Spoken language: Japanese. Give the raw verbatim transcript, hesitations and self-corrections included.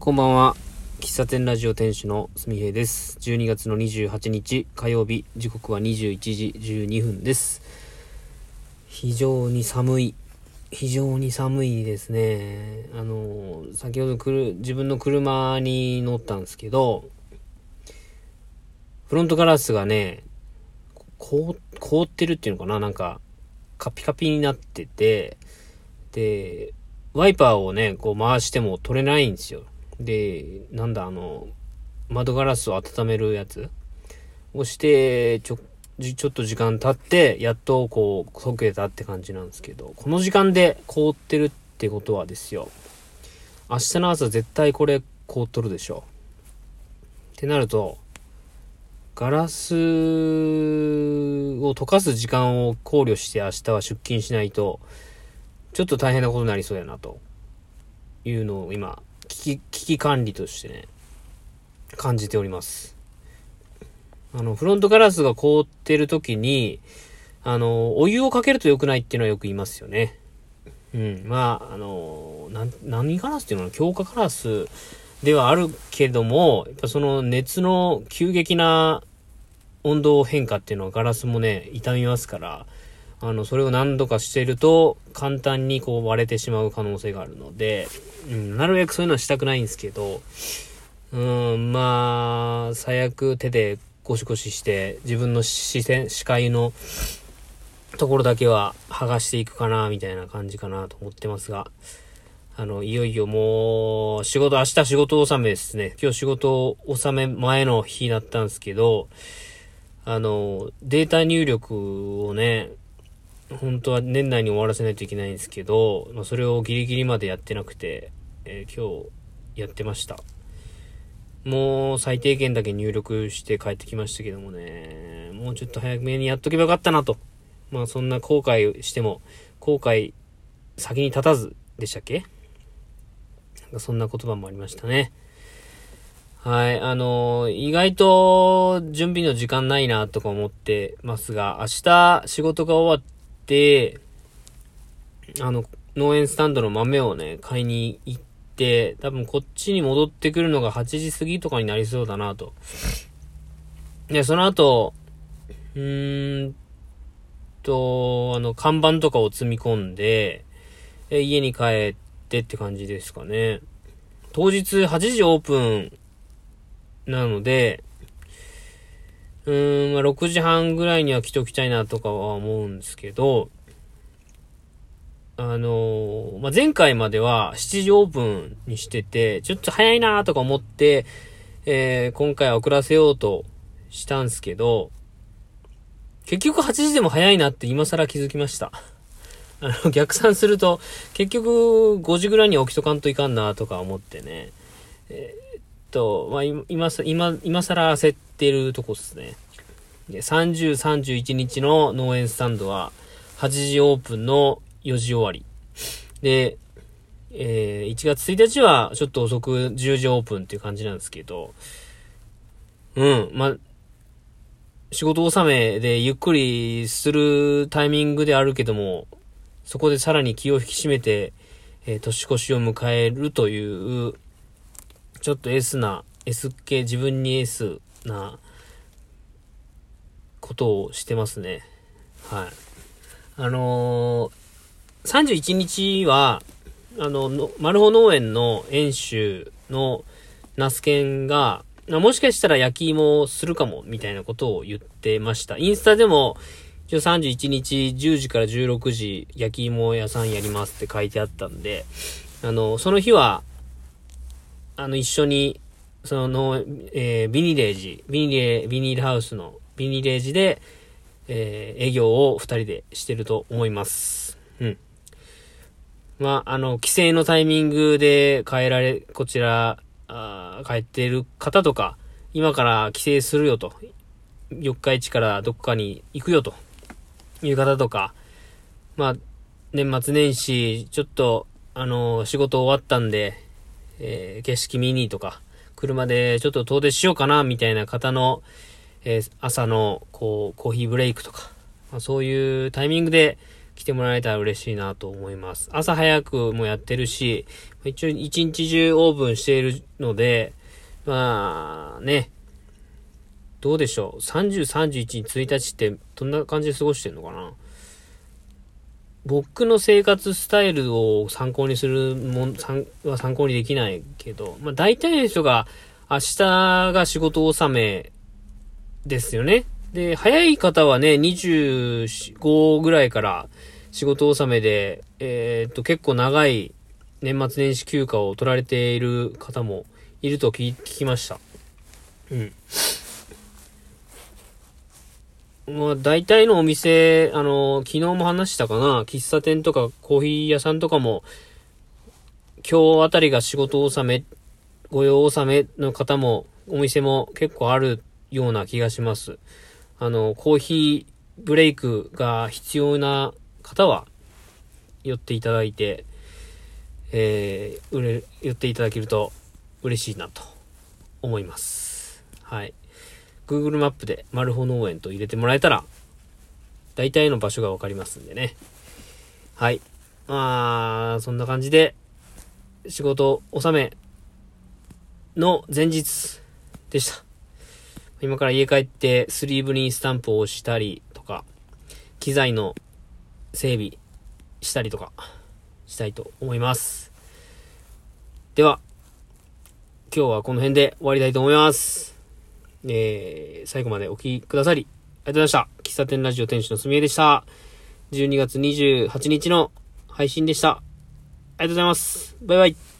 こんばんは。喫茶店ラジオ店主のすみへいです。じゅうにがつのにじゅうはちにち火曜日、時刻はにじゅういちじじゅうにふんです。非常に寒い。非常に寒いですね。あの、先ほどくる自分の車に乗ったんですけど、フロントガラスがね、こう凍ってるっていうのかな、なんかカピカピになってて、で、ワイパーをね、こう回しても取れないんですよ。で、なんだあの、窓ガラスを温めるやつをして、ちょ、ちょっと時間経って、やっとこう、溶けたって感じなんですけど、この時間で凍ってるってことはですよ、明日の朝絶対これ凍っとるでしょ。ってなると、ガラスを溶かす時間を考慮して明日は出勤しないと、ちょっと大変なことになりそうやなというのを今、危機、危機管理としてね、感じております。あの、フロントガラスが凍ってる時に、あの、お湯をかけると良くないっていうのはよく言いますよね。うん。まあ、あの、な、何ガラスっていうのかな、強化ガラスではあるけども、やっぱその熱の急激な温度変化っていうのはガラスもね、傷みますから、あの、それを何度かしていると、簡単にこう割れてしまう可能性があるので、うん、なるべくそういうのはしたくないんですけど、うん、まあ、最悪手でゴシゴシして、自分の視線、視界のところだけは剥がしていくかな、みたいな感じかなと思ってますが、あの、いよいよもう、仕事、明日仕事納めですね。今日仕事納め前の日だったんですけど、あの、データ入力をね、本当は年内に終わらせないといけないんですけど、まあ、それをギリギリまでやってなくて、えー、今日やってました。もう最低限だけ入力して帰ってきましたけどもね、もうちょっと早めにやっとけばよかったなと。まあそんな後悔しても、後悔先に立たずでしたっけ？なんかそんな言葉もありましたね。はい、あのー、意外と準備の時間ないなとか思ってますが、明日仕事が終わってで、あの、農園スタンドの豆をね、買いに行って、多分こっちに戻ってくるのがはちじ過ぎとかになりそうだなと。で、その後、うーんと、あの、看板とかを積み込んで、え家に帰ってって感じですかね。当日はちじオープンなので、うーん、まあ、ろくじはんぐらいには来ておきたいなとかは思うんですけど、あのー、まあ、前回まではしちじオープンにしてて、ちょっと早いなとか思って、えー、今回は遅らせようとしたんですけど、結局はちじでも早いなって今更気づきました。あの、逆算すると、結局ごじぐらいに起きとかんといかんなとか思ってね。えー、っと、まあ、今、今、今更焦ってるとこですね。さんじゅう、さんじゅういちにちの農園スタンドははちじオープンのよじ終わり。で、えー、いちがつついたちはちょっと遅くじゅうじオープンっていう感じなんですけど、うん、まあ、仕事納めでゆっくりするタイミングであるけども、そこでさらに気を引き締めて、えー、年越しを迎えるという、ちょっと S な、S 系、自分に S なことをしてますね。はい。あのー、さんじゅういちにちは、あの、のマルホ農園の園主のナスケンが、もしかしたら焼き芋をするかも、みたいなことを言ってました。インスタでも、一応さんじゅういちにちじゅうじからじゅうろくじ、焼き芋屋さんやりますって書いてあったんで、あの、その日は、あの、一緒に、その、えー、ビニレージ、ビニレ、ビニールハウスのビニレージで、えー、営業を二人でしてると思います。うん。まあ、あの、帰省のタイミングで帰られ、こちら、あ帰っている方とか、今から帰省するよと、四日市からどっかに行くよという方とか、まあ、年末年始、ちょっと、あの、仕事終わったんで、えー、景色見にとか、車でちょっと遠出しようかな、みたいな方の、えー、朝の、こう、コーヒーブレイクとか、まあ、そういうタイミングで来てもらえたら嬉しいなと思います。朝早くもやってるし、一応一日中オープンしているので、まあね、どうでしょう。さんじゅう、さんじゅういち、ついたちってどんな感じで過ごしてんのかな。僕の生活スタイルを参考にするもん、は参考にできないけど、まあ大体の人が明日が仕事納めですよね。で、早い方はね、にじゅうごぐらいから仕事納めで、えー、っと、結構長い年末年始休暇を取られている方もいると聞きました。うん。まあ、大体のお店、あの、昨日も話したかな、喫茶店とかコーヒー屋さんとかも、今日あたりが仕事納め、ご用納めの方も、お店も結構あるような気がします。あの、コーヒーブレイクが必要な方は、寄っていただいて、えー、売れ、寄っていただけると嬉しいなと思います。はい。Google マップでマルホ農園と入れてもらえたら、大体の場所がわかりますんでね。はい。まあ、そんな感じで、仕事納めの前日でした。今から家帰ってスリーブにスタンプを押したりとか、機材の整備したりとかしたいと思います。では、今日はこの辺で終わりたいと思います。えー、最後までお聞きくださり、ありがとうございました。喫茶店ラジオ店主のすみえでした。じゅうにがつにじゅうはちにちの配信でした。ありがとうございます。バイバイ。